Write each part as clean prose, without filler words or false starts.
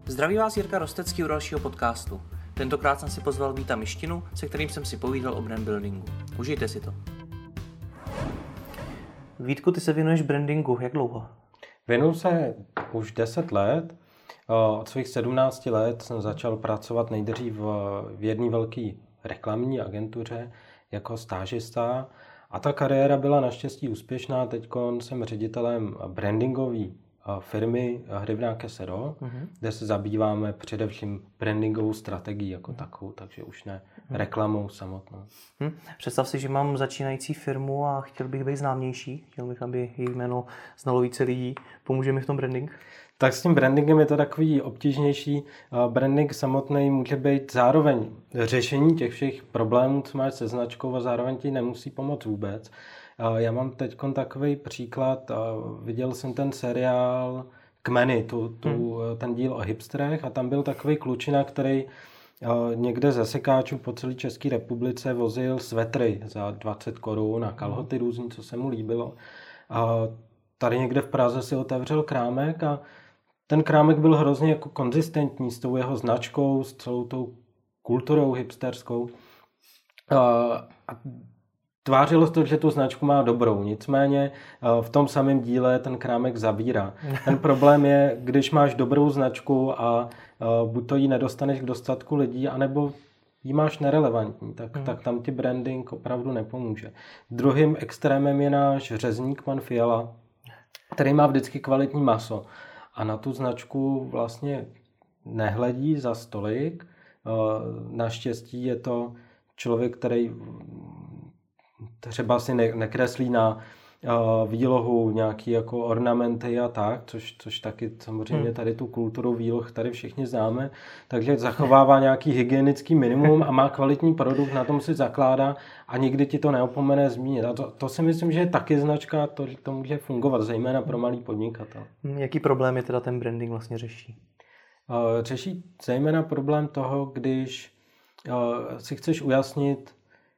Zdraví vás Jirka Rostecký u dalšího podcastu. Tentokrát jsem si pozval Víta Mištinu, se kterým jsem si povídal o brand buildingu. Užijte si to. Vítku, ty se věnuješ brandingu. Jak dlouho? Věnuju se už 10 let. Od svých 17 let jsem začal pracovat nejdřív v jedné velké reklamní agentuře jako stážista. A ta kariéra byla naštěstí úspěšná. Teď jsem ředitelem brandingové firmy Hrivňák SRO, kde se zabýváme především brandingovou strategií jako takovou, takže už ne reklamou samotnou. Představ si, že mám začínající firmu a chtěl bych být známější. Chtěl bych, aby její jméno znalo více lidí. Pomůže mi v tom branding? Tak s tím brandingem je to takový obtížnější. Branding samotný může být zároveň řešení těch všech problémů, co máš se značkou, a zároveň ti nemusí pomoct vůbec. Já mám teď takový příklad. Viděl jsem ten seriál Kmeny, ten díl o hipsterech, a tam byl takový klučina, který někde ze sekáčů po celé České republice vozil svetry za 20 korun a kalhoty různý, co se mu líbilo. Tady někde v Praze si otevřel krámek a ten krámek byl hrozně jako konzistentní s tou jeho značkou, s celou tou kulturou hipsterskou. A tvářilo se to, že tu značku má dobrou, nicméně v tom samém díle ten krámek zavírá. Ten problém je, když máš dobrou značku a buď to jí nedostaneš k dostatku lidí, anebo ji máš nerelevantní, tak tam ti branding opravdu nepomůže. Druhým extrémem je náš řezník pan Fiala, který má vždycky kvalitní maso a na tu značku vlastně nehledí za stolik. Naštěstí je to člověk, který třeba si nekreslí na výlohu nějaký jako ornamenty a tak, což taky samozřejmě tady tu kulturu výloh tady všichni známe, takže zachovává nějaký hygienický minimum a má kvalitní produkt, na tom si zakládá a nikdy ti to neopomene zmínit. A to si myslím, že je taky značka, to může fungovat, zejména pro malý podnikatel. Jaký problém je teda ten branding vlastně řeší? Řeší zejména problém toho, když si chceš ujasnit,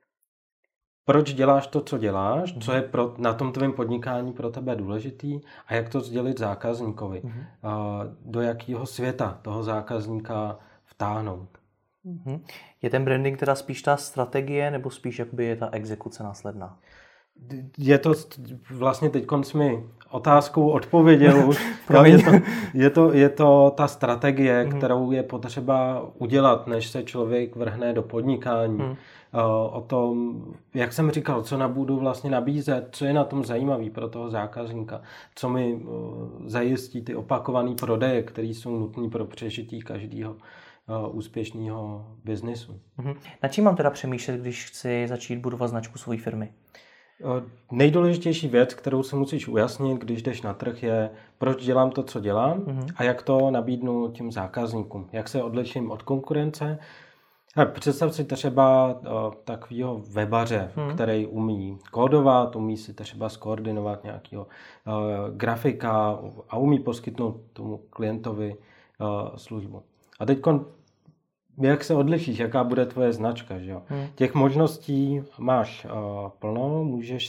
proč děláš to, co děláš, co je na tom tvém podnikání pro tebe důležitý a jak to sdělit zákazníkovi. Do jakého světa toho zákazníka vtáhnout. Je ten branding teda spíš ta strategie, nebo spíš jakoby je ta exekuce následná? Je to vlastně teďkon jsi mi otázkou odpověděl už. Je to ta strategie, kterou je potřeba udělat, než se člověk vrhne do podnikání. O tom, jak jsem říkal, co budu vlastně nabízet, co je na tom zajímavý pro toho zákazníka, co mi zajistí ty opakované prodeje, které jsou nutné pro přežití každého úspěšného biznisu. Na čím mám teda přemýšlet, když chci začít budovat značku své firmy? Nejdůležitější věc, kterou si musíš ujasnit, když jdeš na trh, je, proč dělám to, co dělám a jak to nabídnu těm zákazníkům. Jak se odliším od konkurence. Představ si třeba takového webaře, který umí kódovat, umí si třeba skoordinovat nějakého grafika a umí poskytnout tomu klientovi službu. A teď jak se odlišíš, jaká bude tvoje značka, že jo? Těch možností máš plno, můžeš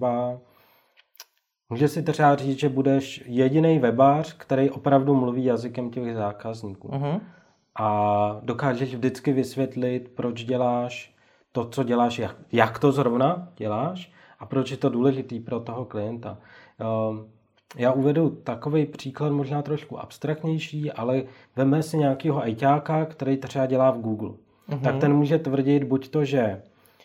si třeba říct, že budeš jediný webář, který opravdu mluví jazykem těch zákazníků. A dokážeš vždycky vysvětlit, proč děláš to, co děláš, jak to zrovna děláš a proč je to důležitý pro toho klienta. Já uvedu takový příklad, možná trošku abstraktnější, ale veme si nějakého ajťáka, který třeba dělá v Google. Tak ten může tvrdit buď to, že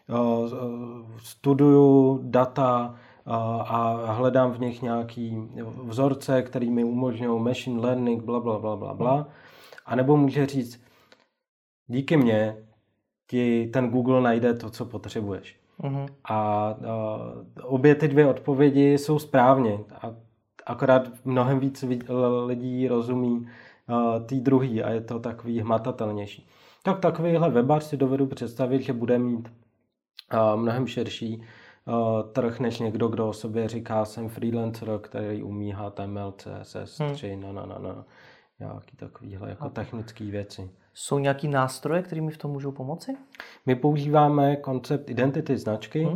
studuju data a hledám v nich nějaký vzorce, který mi umožňují machine learning, blablabla. A nebo může říct, díky mně ti ten Google najde to, co potřebuješ. A obě ty dvě odpovědi jsou správně. A akorát mnohem víc lidí rozumí tý druhý a je to takový hmatatelnější. Tak takovýhle webař si dovedu představit, že bude mít mnohem širší trh než někdo, kdo o sobě říká, jsem freelancer, který umí HTML, CSS, 3, nějaký takovýhle jako technické věci. Jsou nějaký nástroje, které mi v tom můžou pomoci? My používáme koncept identity značky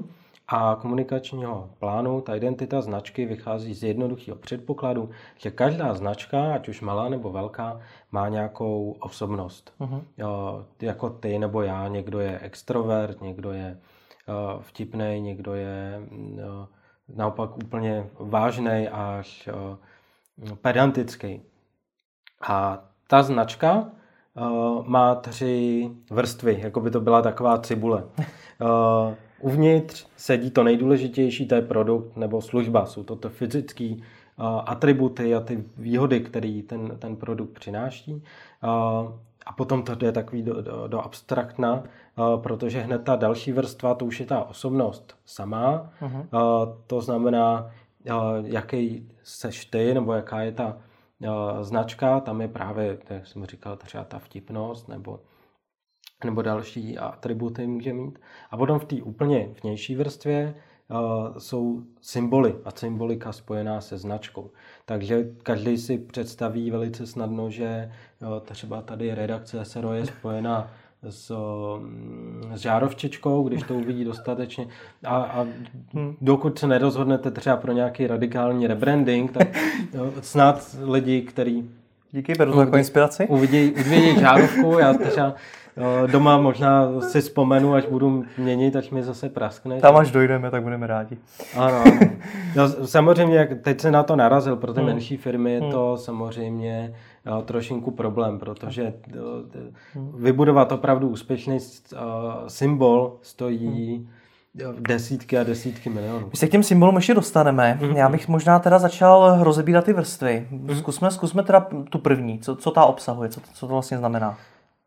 a komunikačního plánu. Ta identita značky vychází z jednoduchého předpokladu, že každá značka, ať už malá nebo velká, má nějakou osobnost. Jako ty nebo já, někdo je extrovert, někdo je vtipnej, někdo je naopak úplně vážnej až pedantický. A ta značka má 3 vrstvy, jako by to byla taková cibule. Uvnitř sedí to nejdůležitější, to je produkt nebo služba. Jsou to fyzické atributy a ty výhody, které ten produkt přináší. A potom to je takový do abstraktna, protože hned ta další vrstva, to už je ta osobnost sama. To znamená, jaký seš ty, nebo jaká je ta značka. Tam je právě, jak jsem říkal, třeba ta vtipnost, nebo další atributy může mít. A potom v té úplně vnější vrstvě jsou symboly a symbolika spojená se značkou. Takže každý si představí velice snadno, že třeba tady redakce SRO je spojená s žárovčičkou, když to uvidí dostatečně. A dokud se nerozhodnete třeba pro nějaký radikální rebranding, tak snad lidi, kteří díky, beru to jako inspiraci. Uvidí žárovku, já třeba doma možná si vzpomenu, až budu měnit, až mi zase praskne. Tam až dojdeme, tak budeme rádi. Ano. Samozřejmě, jak teď se na to narazil, pro ty menší firmy je to samozřejmě trošinku problém, protože vybudovat opravdu úspěšný symbol stojí desítky a desítky milionů. My se k těm symbolům ještě dostaneme. Já bych možná teda začal rozebírat ty vrstvy. Zkusme teda tu první. Co ta obsahuje? Co to vlastně znamená?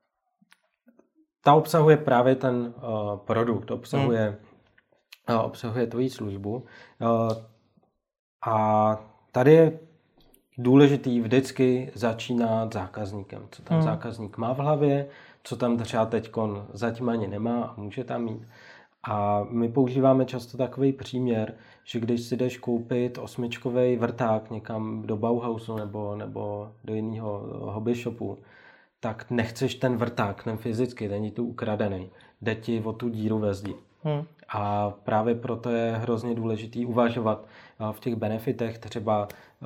Ta obsahuje právě ten produkt, obsahuje tvoji službu. A tady je důležitý vždycky začínat zákazníkem. Co tam zákazník má v hlavě, co tam třeba teďkon zatím ani nemá a může tam mít. A my používáme často takový příměr, že když si jdeš koupit 8čkovej vrták někam do Bauhausu nebo do jiného hobby shopu, tak nechceš ten vrták, ten fyzicky, není tu ukradený. Jde ti o tu díru ve zdi. A právě proto je hrozně důležitý uvažovat v těch benefitech. Třeba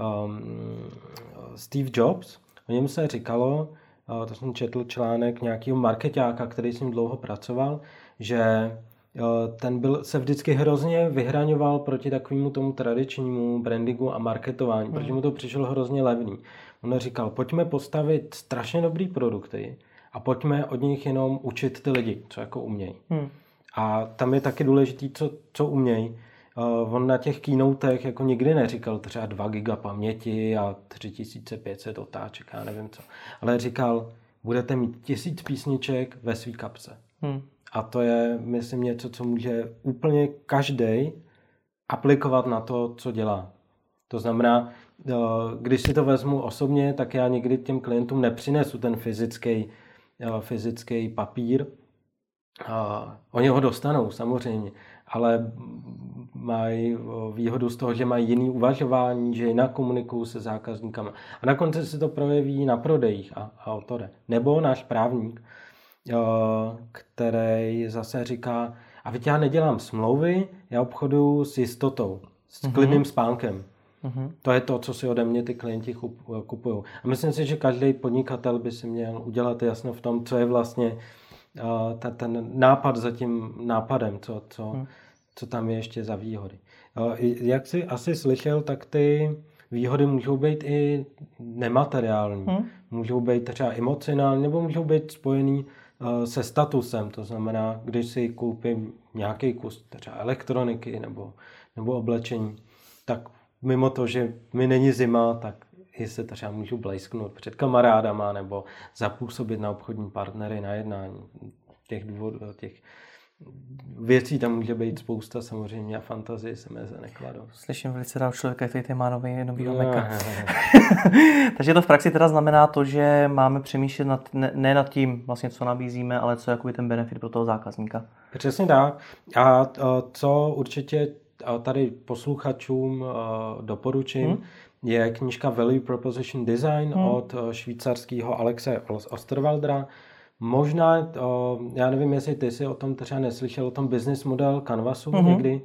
Steve Jobs, o něm se říkalo, to jsem četl článek nějakého markeťáka, který s ním dlouho pracoval, že ten se vždycky hrozně vyhraňoval proti takovému tomu tradičnímu brandingu a marketování, protože mu to přišlo hrozně levný. On říkal, pojďme postavit strašně dobrý produkty a pojďme od nich jenom učit ty lidi, co jako umějí. A tam je taky důležitý, co umějí. On na těch keynotech jako nikdy neříkal třeba 2 giga paměti a 3500 otáček, já nevím co. Ale říkal, budete mít 1000 písniček ve svý kapse. A to je, myslím, něco, co může úplně každý aplikovat na to, co dělá. To znamená, když si to vezmu osobně, tak já někdy těm klientům nepřinesu ten fyzický papír. Oni ho dostanou samozřejmě, ale mají výhodu z toho, že mají jiný uvažování, že jinak komunikují se zákazníkama. A na konci se to projeví na prodejích a o to jde. Nebo náš právník, který zase říká, a víte, já nedělám smlouvy, já obchoduju s jistotou, s klidným spánkem. To je to, co si ode mě ty klienti kupují. A myslím si, že každý podnikatel by si měl udělat jasno v tom, co je vlastně ten nápad za tím nápadem, co tam je ještě za výhody. Jak jsi asi slyšel, tak ty výhody můžou být i nemateriální. Můžou být třeba emocionální, nebo můžou být spojený se statusem. To znamená, když si koupím nějaký kus třeba elektroniky nebo oblečení, tak mimo to, že mi není zima, tak i se třeba můžu blejsknout před kamarádama nebo zapůsobit na obchodní partnery na jednání. Těch věcí tam může být spousta samozřejmě a fantazie se meze nekladou. Slyším velice rád člověka, který má novýho Maca. Takže to v praxi teda znamená to, že máme přemýšlet ne nad tím, vlastně, co nabízíme, ale co je jakoby ten benefit pro toho zákazníka. Přesně tak. A co určitě tady posluchačům doporučím, je knížka Value Proposition Design od švýcarského Alexe Osterwaldera. Možná, já nevím, jestli ty jsi o tom třeba neslyšel, o tom business model Canvasu někdy.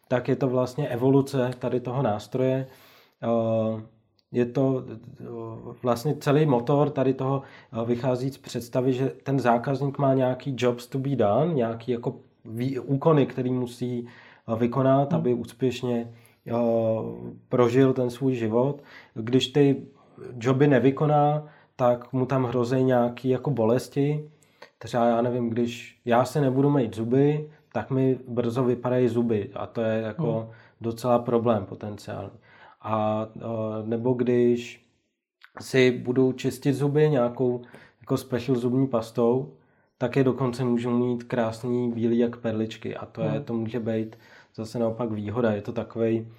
tak je to vlastně evoluce tady toho nástroje. Je to vlastně celý motor tady toho vychází z představy, že ten zákazník má nějaký jobs to be done, nějaký jako úkony, který musí vykonat, aby úspěšně prožil ten svůj život. Když ty joby nevykoná, tak mu tam hrozí nějaké jako bolesti. Třeba já nevím, když já si nebudu mít zuby, tak mi brzo vypadají zuby a to je jako docela problém potenciální. A nebo když si budou čistit zuby nějakou jako special zubní pastou, tak je dokonce můžou mít krásný bílý jak perličky a to může být zase naopak výhoda. Je to takovej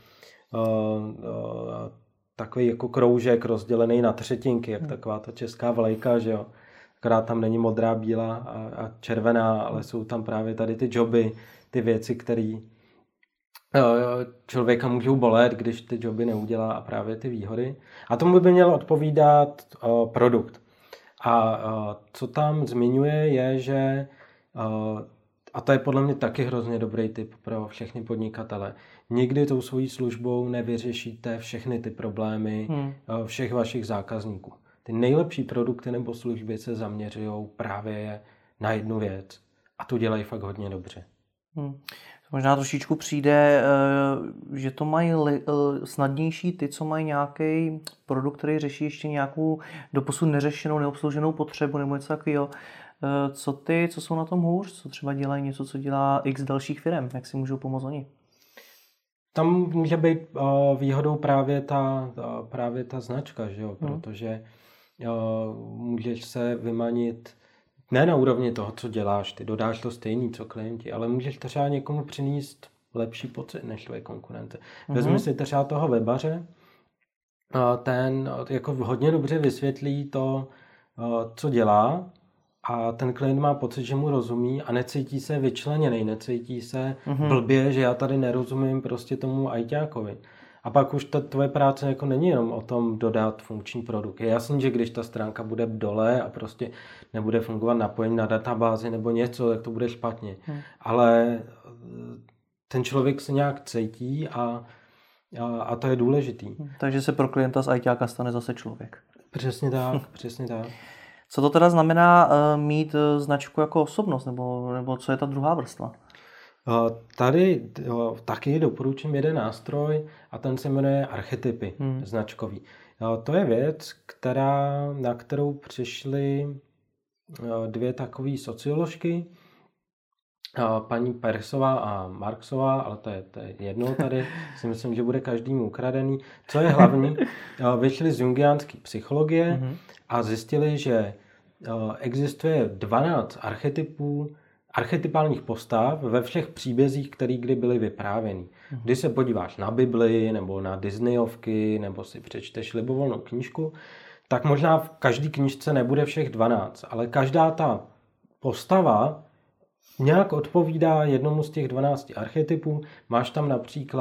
jako kroužek rozdělený na třetinky, jak taková ta česká vlajka, že jo. Akorát tam není modrá, bílá a červená, ale jsou tam právě tady ty joby, ty věci, které člověka můžou bolet, když ty joby neudělá a právě ty výhody. A tomu by měl odpovídat produkt. A co tam zmiňuje je, že a to je podle mě taky hrozně dobrý tip pro všechny podnikatele. Nikdy tou svojí službou nevyřešíte všechny ty problémy všech vašich zákazníků. Ty nejlepší produkty nebo služby se zaměřují právě na jednu věc. A to dělají fakt hodně dobře. Možná trošičku přijde, že to mají snadnější ty, co mají nějaký produkt, který řeší ještě nějakou doposud neřešenou, neobslouženou potřebu nebo něco takového. Co ty, co jsou na tom hůř? Co třeba dělají něco, co dělá x dalších firm? Jak si můžou pomoct oni? Tam může být výhodou právě ta značka, že jo? Protože můžeš se vymanit ne na úrovni toho, co děláš, ty dodáš to stejný, co klienti, ale můžeš třeba někomu přinést lepší pocit než tvoje konkurence. Vezmi si třeba toho webaře, ten jako hodně dobře vysvětlí to, co dělá a ten klient má pocit, že mu rozumí a necítí se vyčleněný, necítí se blbě, že já tady nerozumím prostě tomu ajťákovi. A pak už ta tvoje práce jako není jenom o tom dodat funkční produkt. Je jasný, že když ta stránka bude dole a prostě nebude fungovat napojení na databázi nebo něco, tak to bude špatně. Ale ten člověk se nějak cítí a to je důležitý. Takže se pro klienta z ajťáka stane zase člověk. Přesně tak, přesně tak. Co to teda znamená mít značku jako osobnost, nebo co je ta druhá vrstva? Tady taky doporučím jeden nástroj a ten se jmenuje archetypy značkový. To je věc, na kterou přišly dvě takové socioložky, paní Persová a Marksová, ale to je jedno tady, si myslím, že bude každému ukradený. Co je hlavní, vyšli z jungiánské psychologie a zjistili, že existuje 12 archetypálních postav ve všech příbězích, které kdy byly vyprávěny. Když se podíváš na Bibli nebo na Disneyovky nebo si přečteš libovolnou knížku, tak možná v každé knížce nebude všech 12, ale každá ta postava nějak odpovídá jednomu z těch 12 archetypů. Máš tam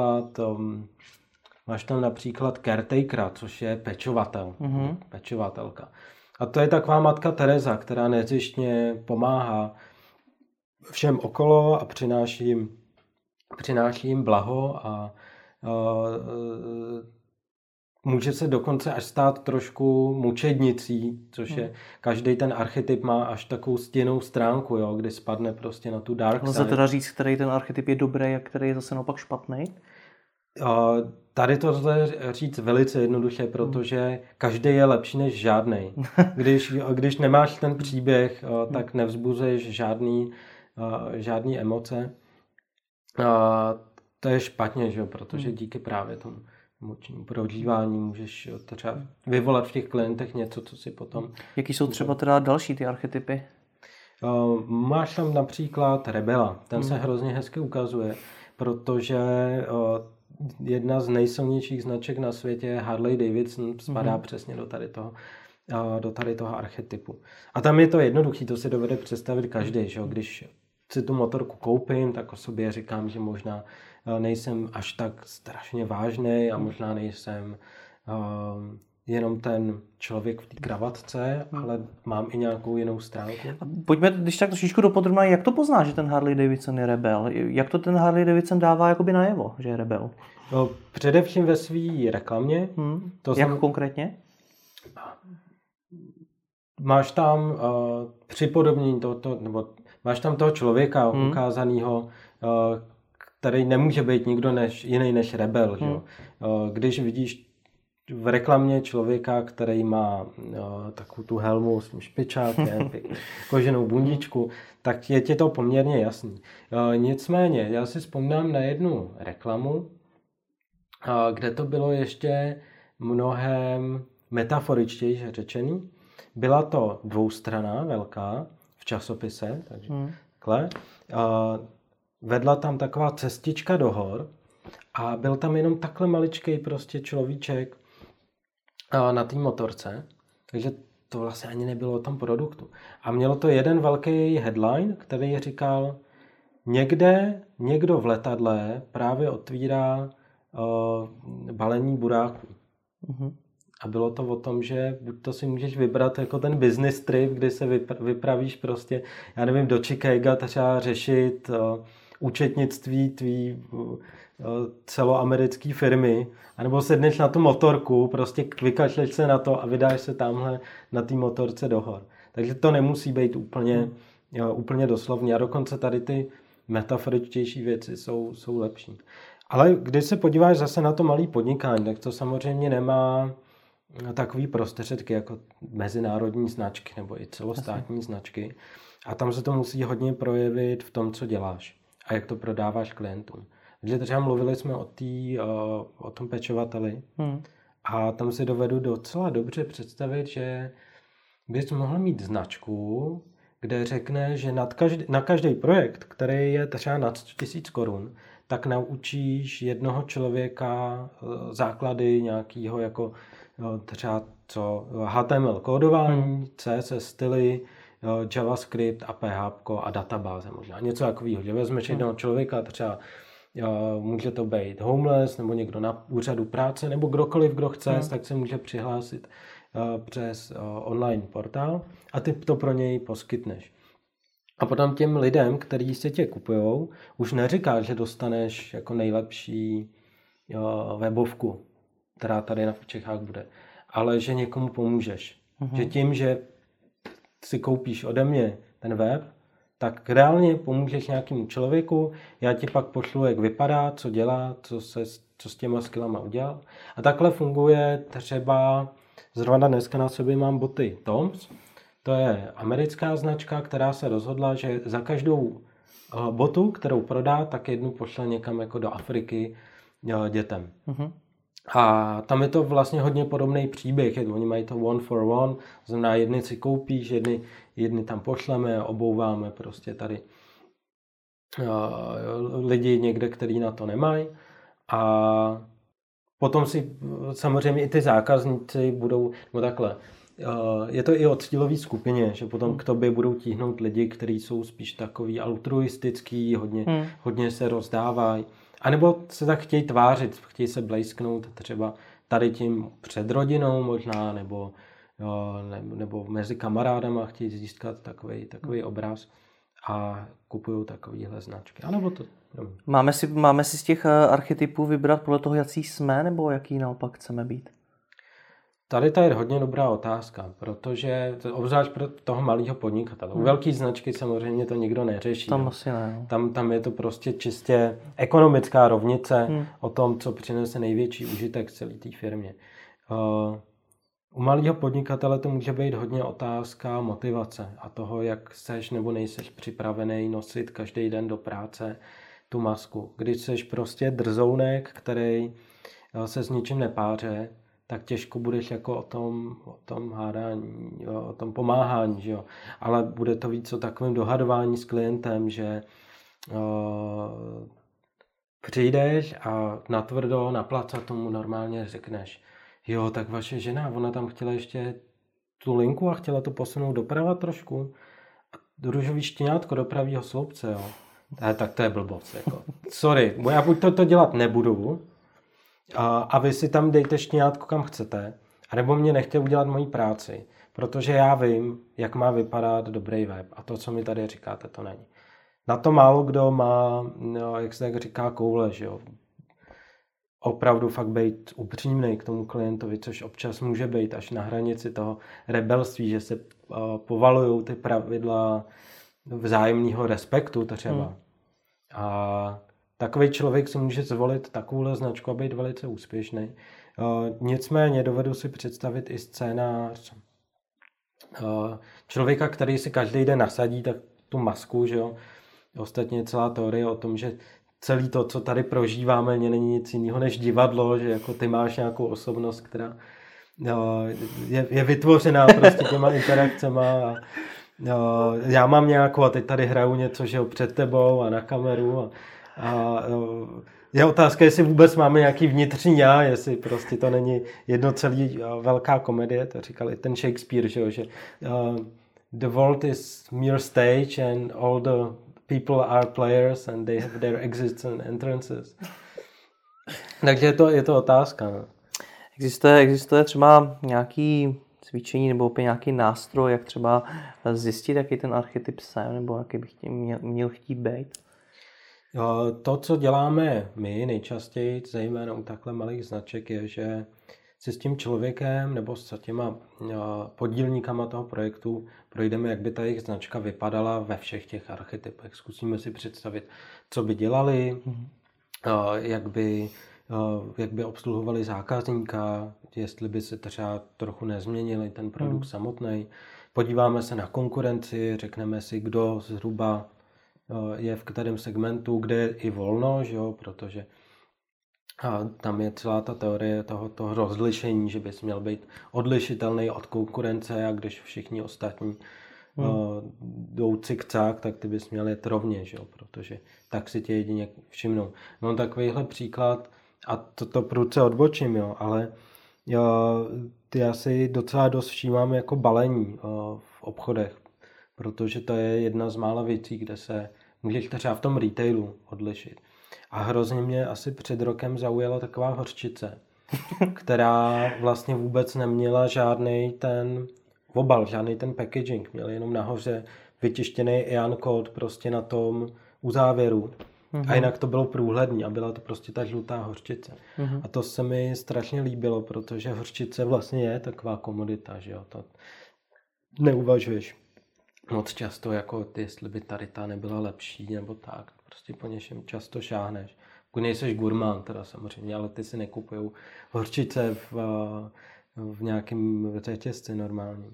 například caretakera, což je pečovatel, pečovatelka. A to je taková matka Teresa, která nezištně pomáhá všem okolo a přináší jim blaho a může se dokonce až stát trošku mučednicí, což je, každý ten archetyp má až takovou stěnnou stránku, jo, kdy spadne prostě na tu dark side. Lze teda říct, který ten archetyp je dobrý a který je zase naopak špatný? Tady to lze říct velice jednoduše, protože každý je lepší než žádnej. Když nemáš ten příběh, tak nevzbuzuješ žádný emoce. To je špatně, že? Protože díky právě tomu emočnímu prožívání můžeš třeba vyvolat v těch klientech něco, co si potom... Jaký jsou třeba teda další ty archetypy? Máš tam například rebela. Ten se hrozně hezky ukazuje, protože jedna z nejsilnějších značek na světě je Harley Davidson, spadá přesně do tady toho archetypu. A tam je to jednoduchý, to si dovede představit každý, že? Když si tu motorku koupím, tak o sobě říkám, že možná nejsem až tak strašně vážnej a možná nejsem jenom ten člověk v té kravatce, ale mám i nějakou jinou stránku. Pojďme, když tak trošičku dopodrobná, jak to pozná, že ten Harley Davidson je rebel? Jak to ten Harley Davidson dává jakoby najevo, že je rebel? No, především ve své reklamě. Jak konkrétně? Máš tam připodobnění nebo máš tam toho člověka ukázaného, který nemůže být nikdo jiný než rebel. Že? Když vidíš v reklamě člověka, který má takovou tu helmu s tím špičákem, koženou bundičku, tak je ti to poměrně jasný. Nicméně, já si vzpomínám na jednu reklamu, kde to bylo ještě mnohem metaforičtěji řečený. Byla to dvoustranná velká v časopise, takže takhle. Vedla tam taková cestička do hor a byl tam jenom takhle maličkej prostě človíček na té motorce, takže to vlastně ani nebylo o tom produktu. A mělo to jeden velký headline, který říkal, někdo v letadle právě otvírá balení buráků. A bylo to o tom, že buď to si můžeš vybrat jako ten business trip, kdy se vypravíš prostě, já nevím, do Chicaga třeba řešit účetnictví tvý celoamerické firmy, anebo sedneš na tu motorku, prostě vykašleš se na to a vydáš se tamhle na té motorce do hor. Takže to nemusí být úplně doslovně. A dokonce tady ty metaforičtější věci jsou lepší. Ale když se podíváš zase na to malé podnikání, tak to samozřejmě nemá takový prostředky jako mezinárodní značky nebo i celostátní značky. A tam se to musí hodně projevit v tom, co děláš a jak to prodáváš klientům. Takže třeba mluvili jsme o tom pečovateli a tam si dovedu docela dobře představit, že bys mohl mít značku, kde řekne, že na každý projekt, který je třeba nad 100 000 korun, tak naučíš jednoho člověka základy nějakého jako třeba HTML kódování, CSS styly, JavaScript a PHP a databáze možná. Něco takového, že vezmeš jednoho člověka, třeba může to být homeless nebo někdo na úřadu práce nebo kdokoliv, kdo chce, tak se může přihlásit přes online portál a ty to pro něj poskytneš. A potom těm lidem, kteří se tě kupujou, už neříkáš, že dostaneš jako nejlepší webovku, která tady v Čechách bude, ale že někomu pomůžeš. Že tím, že si koupíš ode mě ten web, tak reálně pomůžeš nějakému člověku, já ti pak pošlu, jak vypadá, co dělá, co s těma skillama udělal. A takhle funguje třeba, zrovna dneska na sobě mám boty Toms, to je americká značka, která se rozhodla, že za každou botu, kterou prodá, tak jednu pošle někam jako do Afriky dětem. A tam je to vlastně hodně podobný příběh. Oni mají to one for one, znamená jedny si koupíš, jedny tam pošleme, obouváme prostě tady lidi někde, kteří na to nemají. A potom si samozřejmě i ty zákazníci budou, no takhle, je to i o cílové skupině, že potom k tobě budou tíhnout lidi, kteří jsou spíš takový altruistický, hodně se rozdávají. A nebo se tak chtějí tvářit, chtějí se blejsknout třeba tady tím před rodinou možná, nebo mezi kamarádama chtějí získat takový obraz a kupují takovýhle značky. A nebo to... Máme si z těch archetypů vybrat podle toho, jaký jsme, nebo jaký naopak chceme být? Tady to je hodně dobrá otázka, protože obzvlášť pro toho malého podnikatele. U velké značky samozřejmě to nikdo neřeší. Tam asi ne. Tam je to prostě čistě ekonomická rovnice o tom, co přinese největší užitek celé té firmě. U malého podnikatele to může být hodně otázka motivace a toho, jak seš nebo nejseš připravený nosit každý den do práce tu masku. Když seš prostě drzounek, který se s ničím nepáře, tak těžko budeš jako o tom hádání, o tom pomáhání, že jo. Ale bude to víc o takovém dohadování s klientem, že přijdeš a natvrdo, na placa tomu normálně řekneš, jo, tak vaše žena, ona tam chtěla ještě tu linku a chtěla to posunout doprava trošku. A růžový štěňátko do pravýho sloupce, jo. Tak to je blbost, jako. Sorry, já buď to dělat nebudu, a vy si tam dejte štěňátko kam chcete, A nebo mě nechtějí udělat moji práci, protože já vím, jak má vypadat dobrý web a to, co mi tady říkáte, to není. Na to málo kdo má, no, jak se tak říká, koule, že jo. Opravdu fakt být upřímnej k tomu klientovi, což občas může být až na hranici toho rebelství, že se povalují ty pravidla vzájemného respektu třeba. A takový člověk si může zvolit takovouhle značku a být velice úspěšný. Nicméně dovedu si představit i scénář člověka, který si každý den nasadí tak tu masku, že jo. Ostatně celá teorie o tom, že celý to, co tady prožíváme, není nic jiného než divadlo, že jako ty máš nějakou osobnost, která je vytvořená prostě těma interakcema a já mám nějakou a teď tady hraju něco, že jo, před tebou a na kameru a je otázka, jestli vůbec máme nějaký vnitřní já, jestli prostě to není jedno celý velká komedie, to říkal i ten Shakespeare, že the world is mere stage and all the people are players and they have their exits and entrances. Takže je to otázka. No. Existuje třeba nějaký cvičení nebo opět nějaký nástroj, jak třeba zjistit, jaký ten archetyp jsem, nebo jaký bych měl chtít být? To, co děláme my nejčastěji, zejména u takhle malých značek, je, že si s tím člověkem nebo s těma podílníkama toho projektu projdeme, jak by ta jejich značka vypadala ve všech těch archetypech. Zkusíme si představit, co by dělali, jak by obsluhovali zákazníka, jestli by se třeba trochu nezměnili ten produkt samotný. Podíváme se na konkurenci, řekneme si, kdo zhruba je v kterém segmentu, kde je i volno, že jo, protože tam je celá ta teorie toho rozlišení, že bys měl být odlišitelný od konkurence a když všichni ostatní jdou cikcák, tak ty bys měl jet rovně, že jo, protože tak si tě jedině všimnou. Mám takovýhle příklad a to prudce odbočím, jo, ale já si docela dost všímám jako balení v obchodech, protože to je jedna z mála věcí, kde se můžeš třeba v tom retailu odlišit. A hrozně mě asi před rokem zaujala taková hořčice, která vlastně vůbec neměla žádný ten obal, žádný ten packaging. Měl jenom nahoře vytištěný EAN kód prostě na tom uzávěru. A jinak to bylo průhledný a byla to prostě ta žlutá hořčice. A to se mi strašně líbilo, protože hořčice vlastně je taková komodita, že jo. To neuvažuješ moc často, jako ty, jestli by tady ta nebyla lepší nebo tak. Prostě po něčem často šáhneš. Pokud nejseš gurmán teda samozřejmě, ale ty si nekupujou hořčice v nějakém řetězci normálním.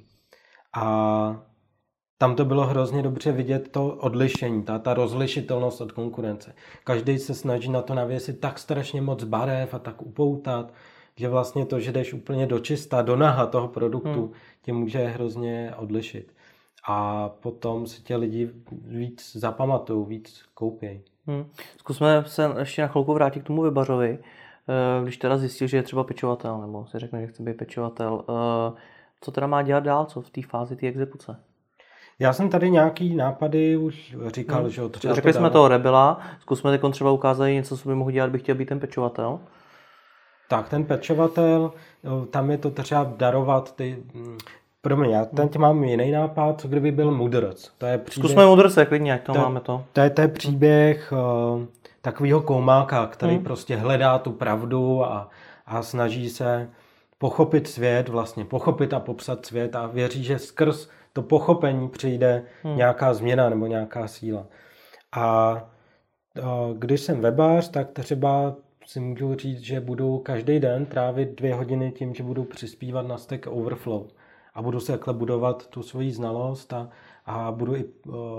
A tam to bylo hrozně dobře vidět to odlišení, ta rozlišitelnost od konkurence. Každý se snaží na to navěsit tak strašně moc barev a tak upoutat, že vlastně to, že jdeš úplně do čista, do naha toho produktu, tě může hrozně odlišit. A potom si tě lidi víc zapamatují, víc koupějí. Zkusme se ještě na chvilku vrátit k tomu webařovi. Když teda zjistil, že je třeba pečovatel, nebo si řekne, že chce být pečovatel, co teda má dělat dál, co v té fázi té exekuce? Já jsem tady nějaký nápady už říkal, že třeba řekli jsme toho rebela, zkusme teď třeba ukázat něco, co by mohl dělat, bych chtěl být ten pečovatel. Tak, ten pečovatel, tam je to třeba darovat ty... Promiň, já teď mám jiný nápad, co kdyby byl mudrc. To je příběh, zkusme mudrce, klidně, jak to máme to. To je příběh takového koumáka, který prostě hledá tu pravdu a snaží se pochopit svět, vlastně pochopit a popsat svět a věří, že skrz to pochopení přijde nějaká změna nebo nějaká síla. A když jsem webář, tak třeba si můžu říct, že budu každý den trávit 2 hodiny tím, že budu přispívat na Stack Overflow. A budu se takhle budovat tu svoji znalost a budu i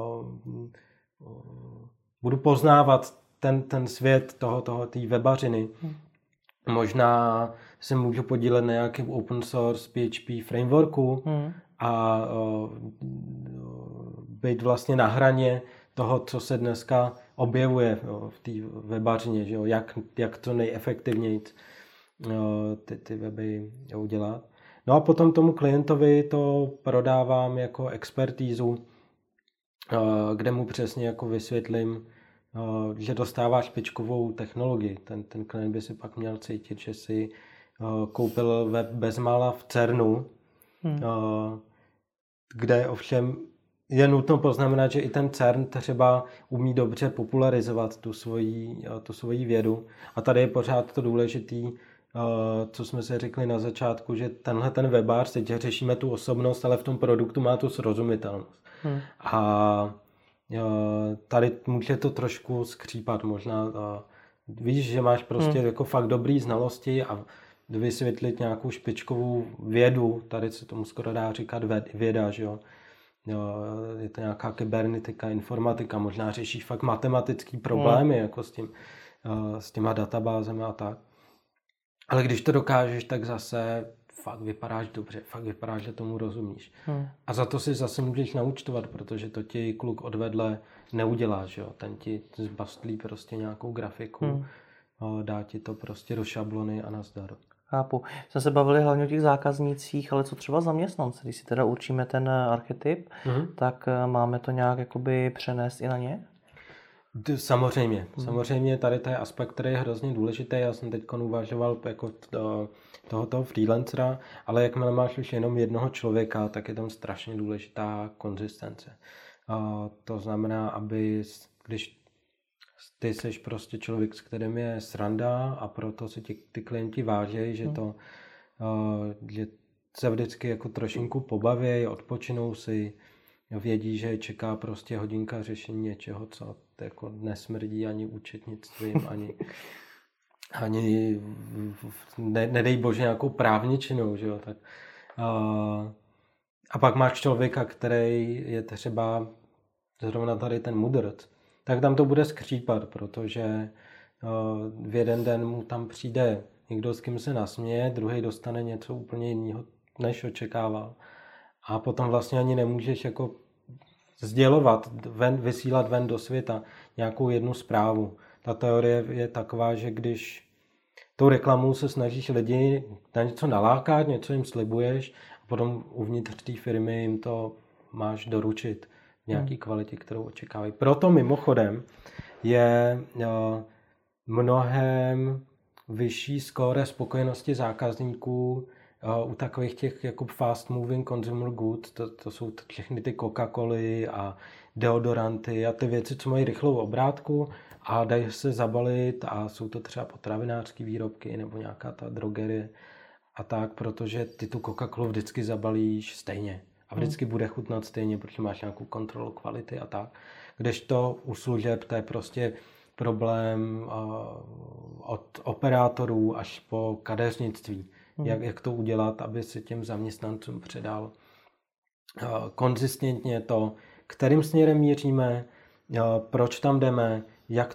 budu poznávat ten svět té webařiny. Možná se můžu podílet na nějakém open source PHP frameworku a být vlastně na hraně toho, co se dneska objevuje v té webařině, že jo? Jak to nejefektivněji ty weby udělat. No a potom tomu klientovi to prodávám jako expertízu, kde mu přesně jako vysvětlím, že dostává špičkovou technologii. Ten klient by si pak měl cítit, že si koupil web bezmála v CERNu, kde ovšem je nutno poznamenat, že i ten CERN třeba umí dobře popularizovat tu svoji vědu. A tady je pořád to důležitý, co jsme si řekli na začátku, že ten webář, teď řešíme tu osobnost, ale v tom produktu má tu srozumitelnost. A tady může to trošku skřípat možná. Víš, že máš prostě jako fakt dobrý znalosti a vysvětlit nějakou špičkovou vědu, tady se tomu skoro dá říkat věda, že jo. Je to nějaká kybernetika, informatika, možná řešíš fakt matematický problémy jako s těma databázemi a tak. Ale když to dokážeš, tak zase fakt vypadáš dobře, fakt vypadáš, že tomu rozumíš. A za to si zase můžeš naúčtovat, protože to ti kluk odvedle neudělá, že jo. Ten ti zbastlí prostě nějakou grafiku, dá ti to prostě do šablony a nazdar. Chápu. Jsme se bavili hlavně o těch zákaznících, ale co třeba zaměstnanci? Když si teda určíme ten archetyp, tak máme to nějak jakoby přenést i na ně? Samozřejmě tady to je aspekt, který je hrozně důležitý. Já jsem teď uvažoval jako tohoto freelancera, ale jakmile máš už jenom jednoho člověka, tak je tam strašně důležitá konzistence. To znamená, aby když ty seš prostě člověk, s kterým je sranda a proto si ty klienti vážejí, že že se vždycky jako trošinku pobaví, odpočinou si, vědí, že čeká prostě hodinka řešení něčeho, co jako nesmrdí ani účetnictvím, ani nedej bože nějakou právničinou, že jo, tak. A pak máš člověka, který je třeba zrovna tady ten mudrc, tak tam to bude skřípat, protože v jeden den mu tam přijde někdo, s kým se nasměje, druhý dostane něco úplně jiného, než očekával. A potom vlastně ani nemůžeš jako sdělovat, vysílat ven do světa nějakou jednu zprávu. Ta teorie je taková, že když tou reklamou se snažíš lidi na něco nalákat, něco jim slibuješ a potom uvnitř té firmy jim to máš doručit v nějaké kvalitě, kterou očekávají. Proto mimochodem je mnohem vyšší skóre spokojenosti zákazníků u takových těch jako fast moving consumer goods, to jsou všechny ty Coca-Coly a deodoranty a ty věci, co mají rychlou obrátku a dají se zabalit a jsou to třeba potravinářské výrobky nebo nějaká ta drogerie a tak, protože ty tu Coca-Colu vždycky zabalíš stejně a vždycky bude chutnat stejně, protože máš nějakou kontrolu kvality a tak. Kdežto u služeb to je prostě problém od operátorů až po kadeřnictví. Jak to udělat, aby si těm zaměstnancům předal konzistentně to, kterým směrem míříme, proč tam jdeme, jak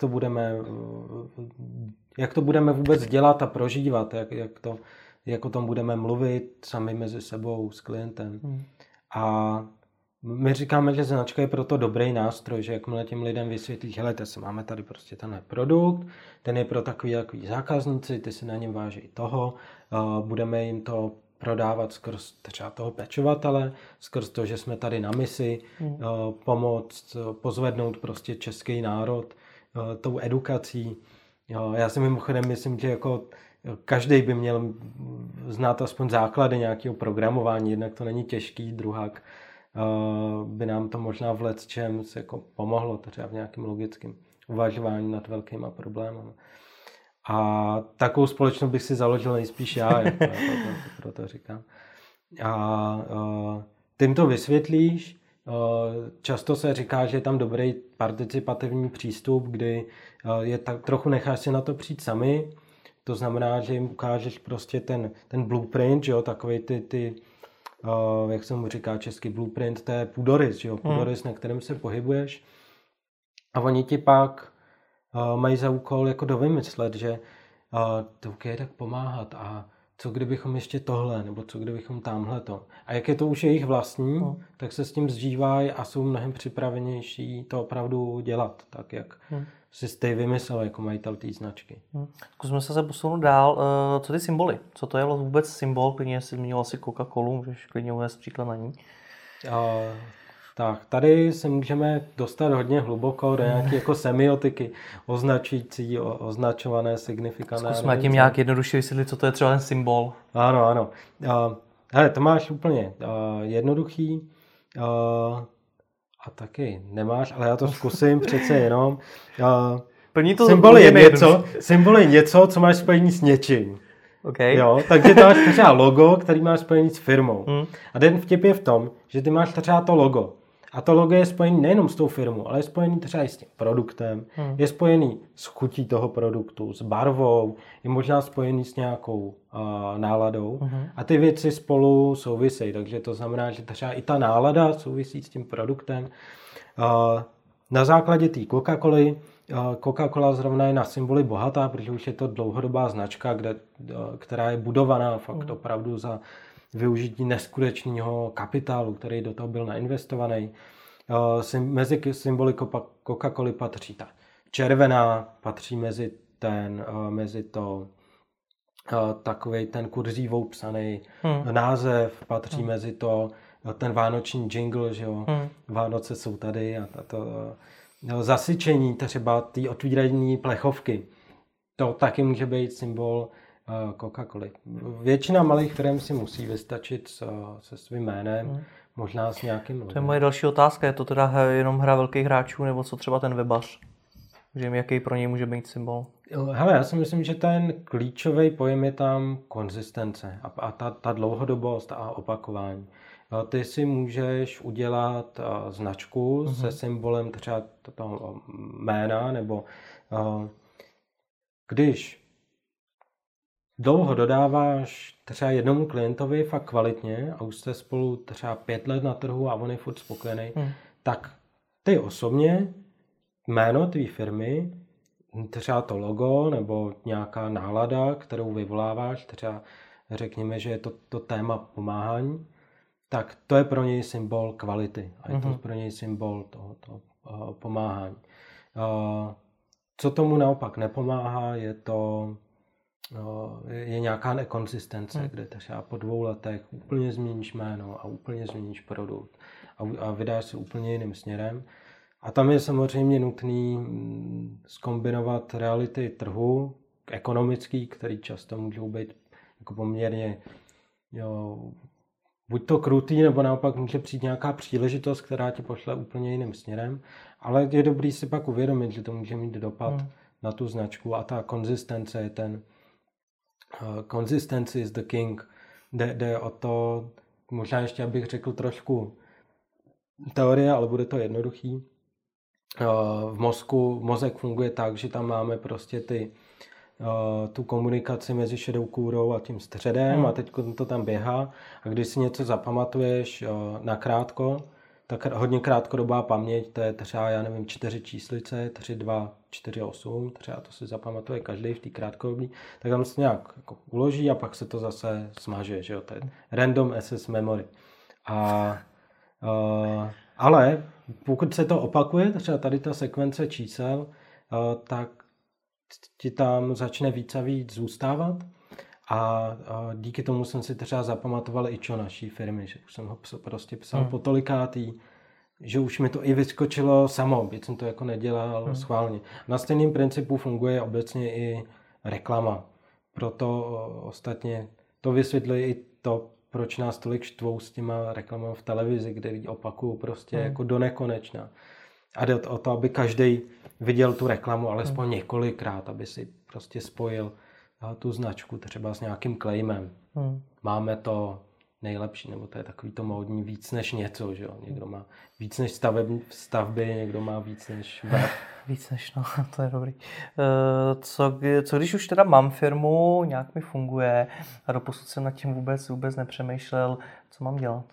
to budeme vůbec dělat a prožívat, jak o tom budeme mluvit sami mezi sebou s klientem. A my říkáme, že značka je proto dobrý nástroj, že jakmile těm lidem vysvětlí, helejte se, máme tady prostě tenhle produkt, ten je pro takový zákazníci, ty si na něm váží toho, budeme jim to prodávat skrz třeba toho pečovatele, skrz to, že jsme tady na misi, pomoct, pozvednout prostě český národ tou edukací. Já si mimochodem myslím, že jako každý by měl znát aspoň základy nějakého programování, jednak to není těžký, druhák by nám to možná v lecčems jako pomohlo třeba v nějakém logickém uvažování nad velkýma problémy. A takovou společnost bych si založil nejspíš já, jako proto říkám. A tím to vysvětlíš. Často se říká, že je tam dobrý participativní přístup, kdy je tak trochu necháš si na to přijít sami. To znamená, že jim ukážeš prostě ten blueprint, že jo, takovej ty jak se mu říká český blueprint, to je půdorys, že jo, půdorys, na kterém se pohybuješ. A oni ti pak mají za úkol jako dovymyslet, že to je tak pomáhat a co kdybychom ještě tohle, nebo co kdybychom tamhleto. A jak je to už jejich vlastní, tak se s tím zžívají a jsou mnohem připravenější to opravdu dělat, tak jak si ty vymyslel jako majitel té značky. Zkusme se posunout dál. Co ty symboly? Co to je vůbec symbol? Klidně jsi zmínil asi Coca-Colu, můžeš klidně uvést příklad na ní. Tak, tady se můžeme dostat hodně hluboko do nějaké jako semiotiky označující, označované signifikantné. Zkusme tím nějak jednoduše vysvětlit, co to je třeba ten symbol. Ano. Hele, to máš úplně jednoduchý a taky nemáš, ale já to zkusím přece jenom. Symbol je něco, co máš spojení s něčím. Okay. Jo, takže to máš třeba logo, který máš spojený s firmou. A ten vtip je v tom, že ty máš třeba to logo. A to logo je spojený nejenom s tou firmou, ale je spojený třeba i s tím produktem, je spojený s chutí toho produktu, s barvou, je možná spojený s nějakou náladou. A ty věci spolu souvisejí, takže to znamená, že třeba i ta nálada souvisí s tím produktem. Na základě té Coca-Coly, Coca-Cola zrovna je na symboly bohatá, protože už je to dlouhodobá značka, která je budovaná fakt opravdu za využití neskutečného kapitálu, který do toho byl nainvestovaný. Mezi symboly Coca-Coly patří ta červená, patří mezi to takovej ten kurzívou psaný název, patří mezi to ten vánoční jingle, že jo, Vánoce jsou tady a to zasyčení třeba té otvíraní plechovky. To taky může být symbol Coca-Coly. Většina malých firm si musí vystačit se svým jménem, možná s nějakým logem. To je moje další otázka. Je to teda jenom hra velkých hráčů, nebo co třeba ten webař? Že jaký pro něj může být symbol? Hele, já si myslím, že ten klíčový pojem je tam konzistence a ta dlouhodobost a opakování. Ty si můžeš udělat značku se symbolem třeba toho jména, nebo když dlouho dodáváš třeba jednomu klientovi fakt kvalitně a už jste spolu třeba 5 let na trhu a on je furt spokojený, tak ty osobně jméno tvý firmy, třeba to logo nebo nějaká nálada, kterou vyvoláváš, třeba řekněme, že je to téma pomáhání, tak to je pro něj symbol kvality a je to pro něj symbol tohoto pomáhání. Co tomu naopak nepomáhá, je nějaká nekonsistence, kde třeba po 2 letech úplně změníš jméno a úplně změníš produkt a vydáš se úplně jiným směrem. A tam je samozřejmě nutný zkombinovat reality trhu, ekonomický, který často můžou být jako poměrně buď to krutý, nebo naopak může přijít nějaká příležitost, která ti pošle úplně jiným směrem, ale je dobrý si pak uvědomit, že to může mít dopad na tu značku a ta konzistence je ten consistency is the king. Jde o to, možná ještě abych řekl trošku teorie, ale bude to jednoduchý. V mozek funguje tak, že tam máme prostě tu komunikaci mezi šedou kůrou a tím středem a teď to tam běhá a když si něco zapamatuješ nakrátko, tak hodně krátkodobá paměť, to je třeba, 4 číslice, 3, 2, 4, 8, třeba to si zapamatuje každý v té krátkodobí, tak tam se nějak jako uloží a pak se to zase smaže, že jo, to je random access memory. Ale pokud se to opakuje, třeba tady ta sekvence čísel, tak ti tam začne víc a víc zůstávat a díky tomu jsem si třeba zapamatoval i čo naší firmy, že už jsem ho prostě psal po tolikátý, že už mi to i vyskočilo samo, byť jsem to jako nedělal schválně. Na stejným principu funguje obecně i reklama. Proto ostatně to vysvětlí i to, proč nás tolik štvou s těma reklamami v televizi, kde lidi opakují prostě jako do nekonečna. A jde o to, aby každý viděl tu reklamu alespoň několikrát, aby si prostě spojil tu značku třeba s nějakým claimem. Máme to nejlepší, nebo to je takový to módní víc než něco, že jo? Někdo má víc než stavby, někdo má víc než web. Víc než, no, to je dobrý. Co když už teda mám firmu, nějak mi funguje a doposud jsem nad tím vůbec nepřemýšlel, co mám dělat?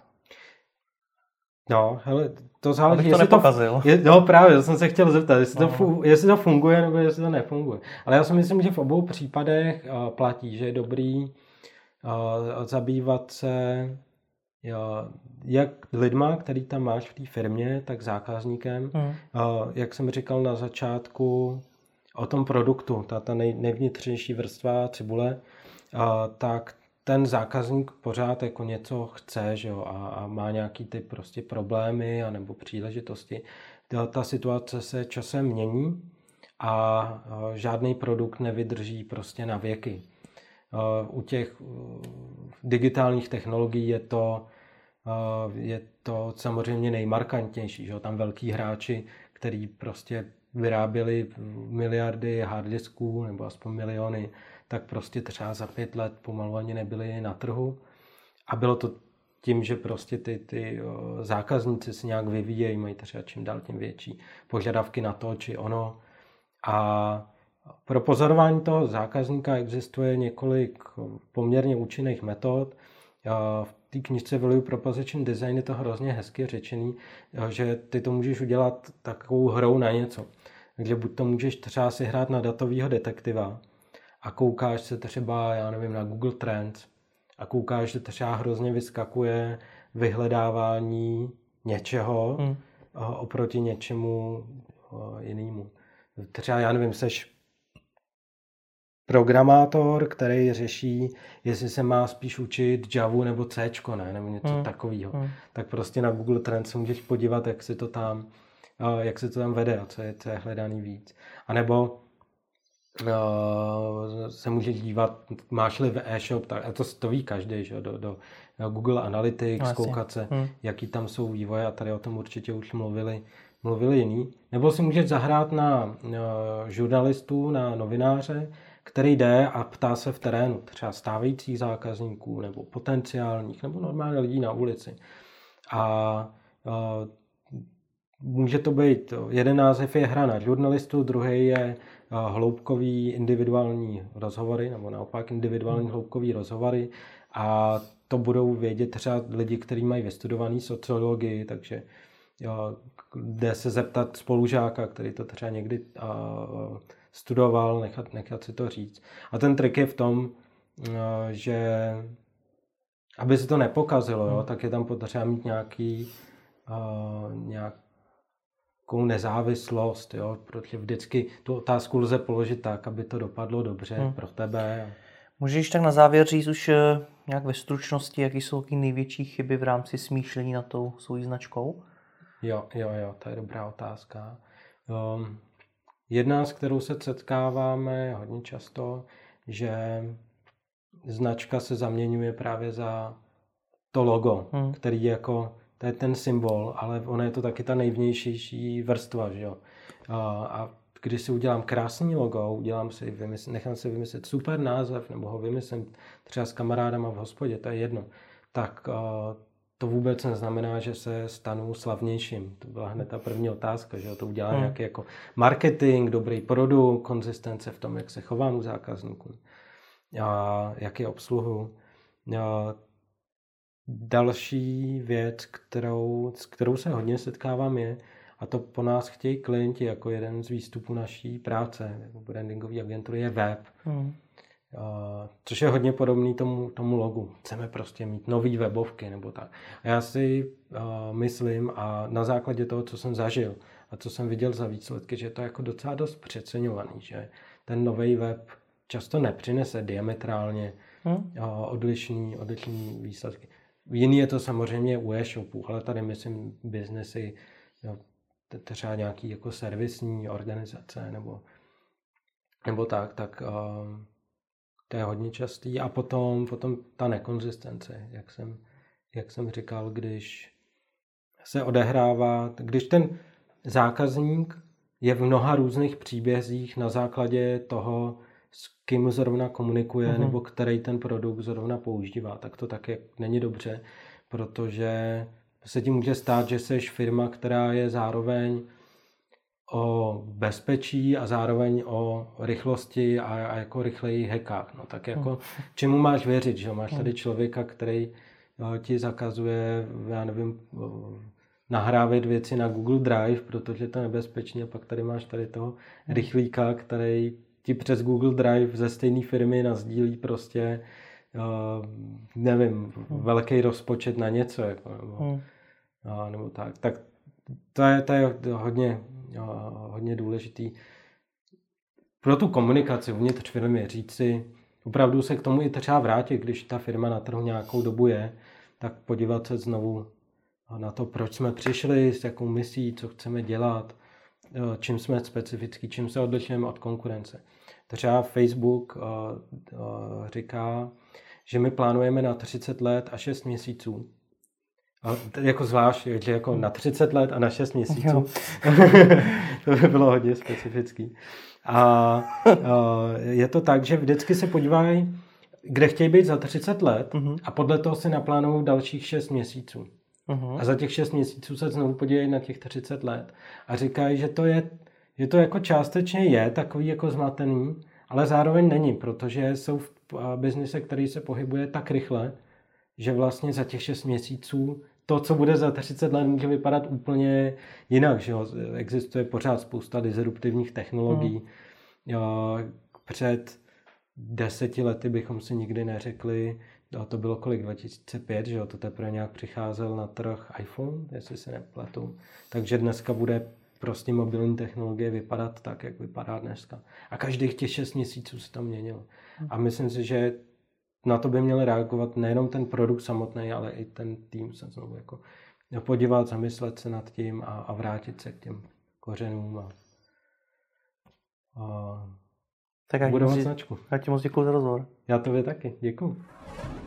No, hele, to záleží, abych to nepokazil. No právě, to jsem se chtěl zeptat, jestli to funguje nebo jestli to nefunguje. Ale já si myslím, že v obou případech platí, že je dobrý zabývat se jak lidma, který tam máš v té firmě, tak zákazníkem. Jak jsem říkal na začátku o tom produktu, ta nejvnitřnější vrstva cibule, tak ten zákazník pořád jako něco chce, že jo, a má nějaký ty prostě problémy anebo příležitosti. Ta situace se časem mění a žádný produkt nevydrží prostě na věky. U těch digitálních technologií je to samozřejmě nejmarkantnější, že jo? Tam velký hráči, který prostě vyráběli miliardy harddisků nebo aspoň miliony, tak prostě třeba za 5 let pomalu ani nebyli na trhu. A bylo to tím, že prostě ty zákazníci se nějak vyvíjejí, mají třeba čím dál tím větší požadavky na to, či ono. A pro pozorování toho zákazníka existuje několik poměrně účinných metod. V té knižce Value Proposition Design je to hrozně hezky řečený, že ty to můžeš udělat takovou hrou na něco. Takže buď to můžeš třeba si hrát na datového detektiva a koukáš se třeba, já nevím, na Google Trends a koukáš, že třeba hrozně vyskakuje vyhledávání něčeho oproti něčemu jinému. Třeba, já nevím, seš programátor, který řeší, jestli se má spíš učit Javu nebo Cčko, ne? Nebo něco takového. Tak prostě na Google Trends se můžeš podívat, jak se to tam vede a co je hledaný víc. A nebo se můžeš dívat, máš-li v e-shop, tak, a to ví každý, že? Do Google Analytics, koukat se, jaký tam jsou vývoje, a tady o tom určitě už mluvili jiný. Nebo si můžeš zahrát na žurnalistu, na novináře, který jde a ptá se v terénu, třeba stávajících zákazníků, nebo potenciálních, nebo normálně lidí na ulici. A může to být, jeden název je hra na žurnalistu, druhý je hloubkový individuální rozhovory, nebo naopak individuální hloubkový rozhovory, a to budou vědět třeba lidi, kteří mají vystudovaný sociologii, takže jde se zeptat spolužáka, který to třeba někdy studoval, nechat si to říct. A ten trik je v tom, že aby se to nepokazilo, jo, tak je tam potřeba mít nějakou nezávislost, jo, protože vždycky tu otázku lze položit tak, aby to dopadlo dobře pro tebe. Můžeš tak na závěr říct už nějak ve stručnosti, jaký jsou ty největší chyby v rámci smýšlení nad tou svojí značkou? Jo, to je dobrá otázka. Jedna, s kterou se setkáváme hodně často, že značka se zaměňuje právě za to logo, který jako, to je ten symbol, ale ono je to taky ta nejvnější vrstva, že jo. A když si udělám krásný logo, nechám si vymyslet super název, nebo ho vymyslím třeba s kamarádama v hospodě, to je jedno, tak to vůbec neznamená, že se stanu slavnějším. To byla hned ta první otázka, že to udělám nějaký jako marketing, dobrý produkt, konzistence v tom, jak se chovám k zákazníkům a jak je obsluhu. Další věc, s kterou se hodně setkávám, je, a to po nás chtějí klienti jako jeden z výstupů naší práce, jako brandingové agentury, je web. Což je hodně podobný tomu logu. Chceme prostě mít nový webovky nebo tak. A já si myslím, a na základě toho, co jsem zažil a co jsem viděl za výsledky, že to je jako docela dost přeceňovaný, že ten nový web často nepřinese diametrálně odlišný výsledky. Jiný je to samozřejmě u e-shopů, ale tady myslím biznesy, třeba nějaký jako servisní organizace nebo tak to je hodně častý. A potom ta nekonzistence, jak jsem říkal, když se odehrává, když ten zákazník je v mnoha různých příbězích na základě toho, s kým zrovna komunikuje nebo který ten produkt zrovna používá, tak to taky není dobře, protože se tím může stát, že jsi firma, která je zároveň o bezpečí a zároveň o rychlosti a jako rychleji hackách. No tak jako čemu máš věřit, že máš tady člověka, který ti zakazuje, já nevím, nahrávat věci na Google Drive, protože to je nebezpečné, a pak tady máš toho rychlíka, který ti přes Google Drive ze stejné firmy nasdílí prostě nevím, velký rozpočet na něco, jako, nebo tak. Tak to je hodně důležitý pro tu komunikaci uvnitř firmy, říct si, opravdu se k tomu i třeba vrátit, když ta firma na trhu nějakou dobu je, tak podívat se znovu na to, proč jsme přišli, s jakou misí, co chceme dělat, čím jsme specifický, čím se odlišujeme od konkurence. Třeba Facebook říká, že my plánujeme na 30 let a 6 měsíců. A jako zvlášť, že jako na 30 let a na 6 měsíců. To by bylo hodně specifický. A je to tak, že vždycky se podívají, kde chtějí být za 30 let a podle toho si naplánují dalších 6 měsíců. A za těch 6 měsíců se znovu podívají na těch 30 let a říkají, že to jako částečně je takový jako zmatený, ale zároveň není, protože jsou v biznise, který se pohybuje tak rychle, že vlastně za těch 6 měsíců to, co bude za 30 let, může vypadat úplně jinak. Že jo? Existuje pořád spousta disruptivních technologií. Před 10 lety bychom si nikdy neřekli, to bylo kolik, 2005, že jo? To teprve nějak přicházel na trh iPhone, jestli se nepletu. Takže dneska bude prostě mobilní technologie vypadat tak, jak vypadá dneska. A každých těch 6 měsíců se to měnilo. A myslím si, že na to by měl reagovat nejenom ten produkt samotný, ale i ten tým se znovu jako podívat, zamyslet se nad tím a vrátit se k těm kořenům a tak budovat značku. Já ti moc děkuji za rozhovor. Já tobě taky, děkuji.